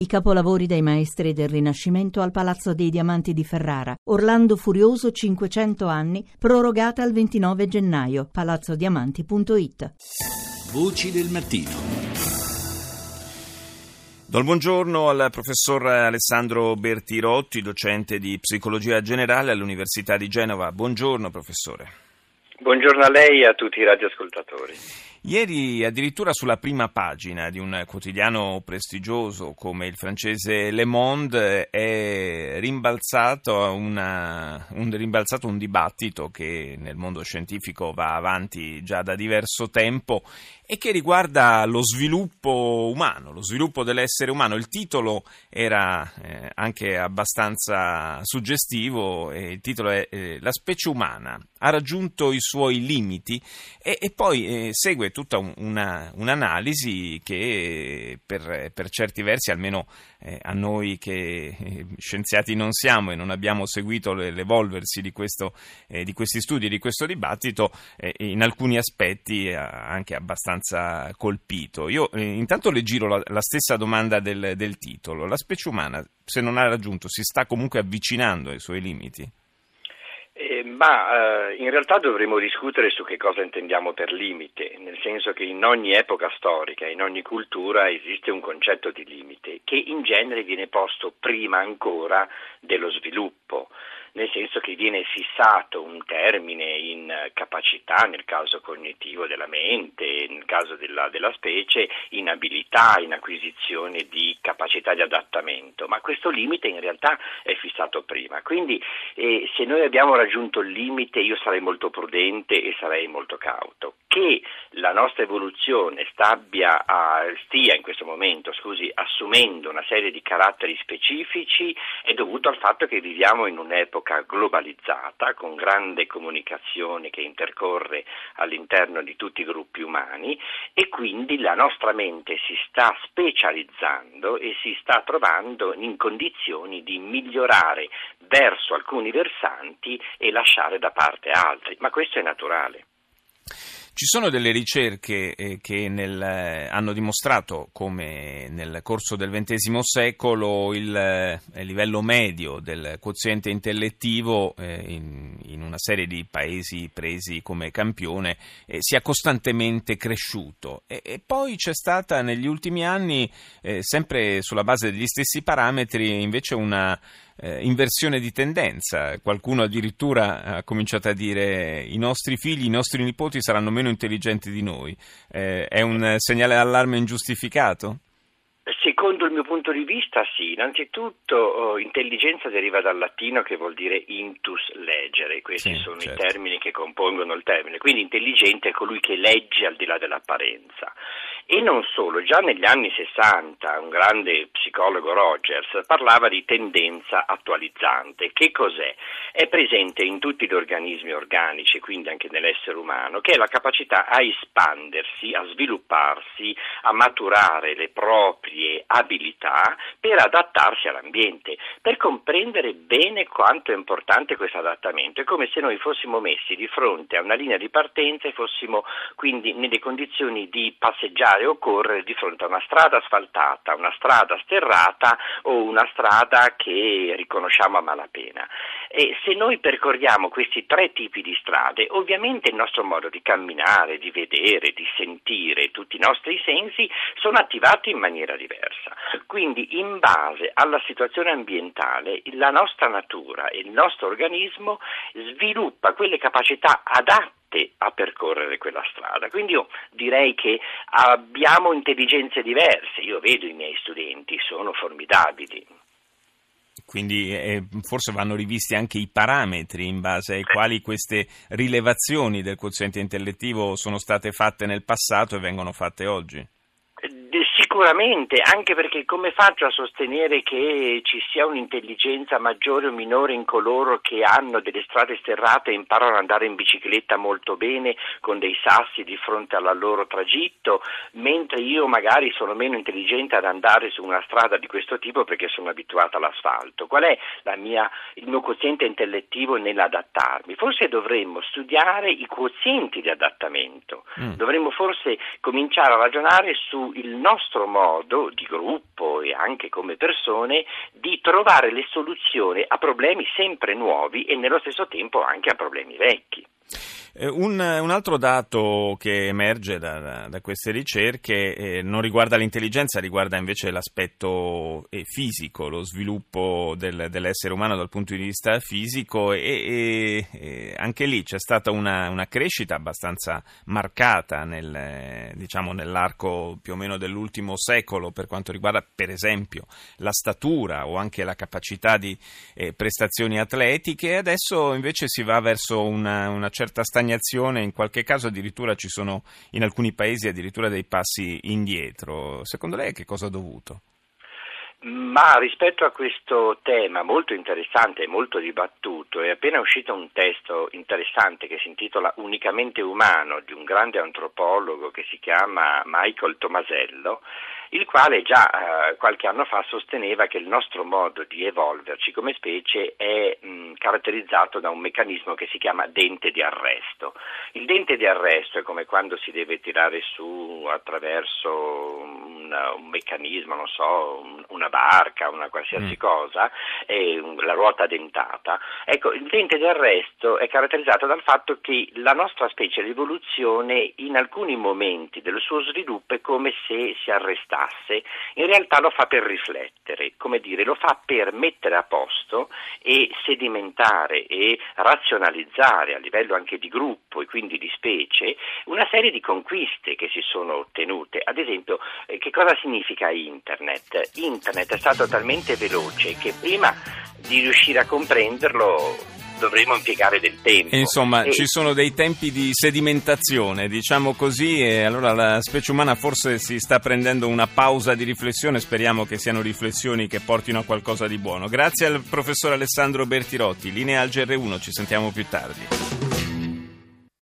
I capolavori dei maestri del Rinascimento al Palazzo dei Diamanti di Ferrara. Orlando Furioso 500 anni, prorogata al 29 gennaio. palazzodiamanti.it. Voci del mattino. Do il buongiorno al professor Alessandro Bertirotti, docente di psicologia generale all'Università di Genova. Buongiorno professore. Buongiorno a lei e a tutti i radioascoltatori. Ieri addirittura sulla prima pagina di un quotidiano prestigioso come il francese Le Monde è rimbalzato un dibattito che nel mondo scientifico va avanti già da diverso tempo e che riguarda lo sviluppo umano, lo sviluppo dell'essere umano. Il titolo era anche abbastanza suggestivo, e il titolo è La specie umana ha raggiunto i suoi limiti, e poi segue tutta un'analisi che per certi versi, almeno a noi che scienziati non siamo e non abbiamo seguito l'evolversi di questi studi e di questo dibattito, in alcuni aspetti anche abbastanza colpito. Io intanto le giro la stessa domanda del titolo. La specie umana, se non ha raggiunto, si sta comunque avvicinando ai suoi limiti? In realtà dovremmo discutere su che cosa intendiamo per limite, nel senso che in ogni epoca storica, in ogni cultura esiste un concetto di limite che in genere viene posto prima ancora dello sviluppo, nel senso che viene fissato un termine in capacità, nel caso cognitivo della mente, nel caso della specie, in abilità, in acquisizione di capacità di adattamento, ma questo limite in realtà è fissato prima. Quindi se noi abbiamo raggiunto il limite, io sarei molto prudente e sarei molto cauto. Che la nostra evoluzione stia in questo momento assumendo una serie di caratteri specifici è dovuto al fatto che viviamo in un'epoca globalizzata, con grande comunicazione che intercorre all'interno di tutti i gruppi umani, e quindi la nostra mente si sta specializzando e si sta trovando in condizioni di migliorare verso alcuni versanti e lasciare da parte altri, ma questo è naturale. Ci sono delle ricerche che hanno dimostrato come nel corso del XX secolo il livello medio del quoziente intellettivo in una serie di paesi presi come campione sia costantemente cresciuto, e poi c'è stata negli ultimi anni, sempre sulla base degli stessi parametri, invece una inversione di tendenza. Qualcuno addirittura ha cominciato a dire: i nostri figli, i nostri nipoti saranno meno intelligenti di noi. È un segnale d'allarme ingiustificato? Secondo il mio punto di vista sì. Innanzitutto intelligenza deriva dal latino, che vuol dire intus leggere, questi sono certo. I termini che compongono il termine, quindi intelligente è colui che legge al di là dell'apparenza. E non solo, già negli anni 60 un grande psicologo, Rogers, parlava di tendenza attualizzante. Che cos'è? È presente in tutti gli organismi organici, quindi anche nell'essere umano, che è la capacità a espandersi, a svilupparsi, a maturare le proprie abilità per adattarsi all'ambiente. Per comprendere bene quanto è importante questo adattamento, è come se noi fossimo messi di fronte a una linea di partenza e fossimo quindi nelle condizioni di passeggiare o correre di fronte a una strada asfaltata, una strada sterrata o una strada che riconosciamo a malapena. E se noi percorriamo questi tre tipi di strade, ovviamente il nostro modo di camminare, di vedere, di sentire, tutti i nostri sensi sono attivati in maniera diversa. Quindi in base alla situazione ambientale la nostra natura e il nostro organismo sviluppa quelle capacità adatte a percorrere quella strada. Quindi io direi che abbiamo intelligenze diverse. Io vedo i miei studenti, sono formidabili. Quindi forse vanno rivisti anche i parametri in base ai quali queste rilevazioni del quoziente intellettivo sono state fatte nel passato e vengono fatte oggi. Sicuramente, anche perché come faccio a sostenere che ci sia un'intelligenza maggiore o minore in coloro che hanno delle strade sterrate e imparano ad andare in bicicletta molto bene con dei sassi di fronte al loro tragitto, mentre io magari sono meno intelligente ad andare su una strada di questo tipo perché sono abituata all'asfalto? Qual è il mio quoziente intellettivo nell'adattarmi? Forse dovremmo studiare i quozienti di adattamento, dovremmo forse cominciare a ragionare sul nostro nostro modo di gruppo e anche come persone di trovare le soluzioni a problemi sempre nuovi e nello stesso tempo anche a problemi vecchi. Un altro dato che emerge da queste ricerche non riguarda l'intelligenza, riguarda invece l'aspetto fisico, lo sviluppo dell'essere umano dal punto di vista fisico e anche lì c'è stata una crescita abbastanza marcata nell'arco più o meno dell'ultimo secolo per quanto riguarda per esempio la statura o anche la capacità di prestazioni atletiche. Adesso invece si va verso una certa stagnazione, in qualche caso addirittura ci sono in alcuni paesi addirittura dei passi indietro. Secondo lei che cosa è dovuto? Ma rispetto a questo tema molto interessante e molto dibattuto è appena uscito un testo interessante che si intitola Unicamente umano di un grande antropologo che si chiama Michael Tomasello, il quale già qualche anno fa sosteneva che il nostro modo di evolverci come specie è caratterizzato da un meccanismo che si chiama dente di arresto. Il dente di arresto è come quando si deve tirare su attraverso un meccanismo, non so, una barca, una qualsiasi cosa, la ruota dentata. Ecco, il dente di arresto è caratterizzato dal fatto che la nostra specie, l'evoluzione, in alcuni momenti del suo sviluppo è come se si arrestasse. In realtà lo fa per riflettere, come dire, lo fa per mettere a posto e sedimentare e razionalizzare a livello anche di gruppo e quindi di specie una serie di conquiste che si sono ottenute. Ad esempio, che cosa significa Internet? Internet è stato talmente veloce che prima di riuscire a comprenderlo dovremo impiegare del tempo. Insomma, ci sono dei tempi di sedimentazione, diciamo così, e allora la specie umana forse si sta prendendo una pausa di riflessione, speriamo che siano riflessioni che portino a qualcosa di buono. Grazie al professor Alessandro Bertirotti, linea al GR1, ci sentiamo più tardi.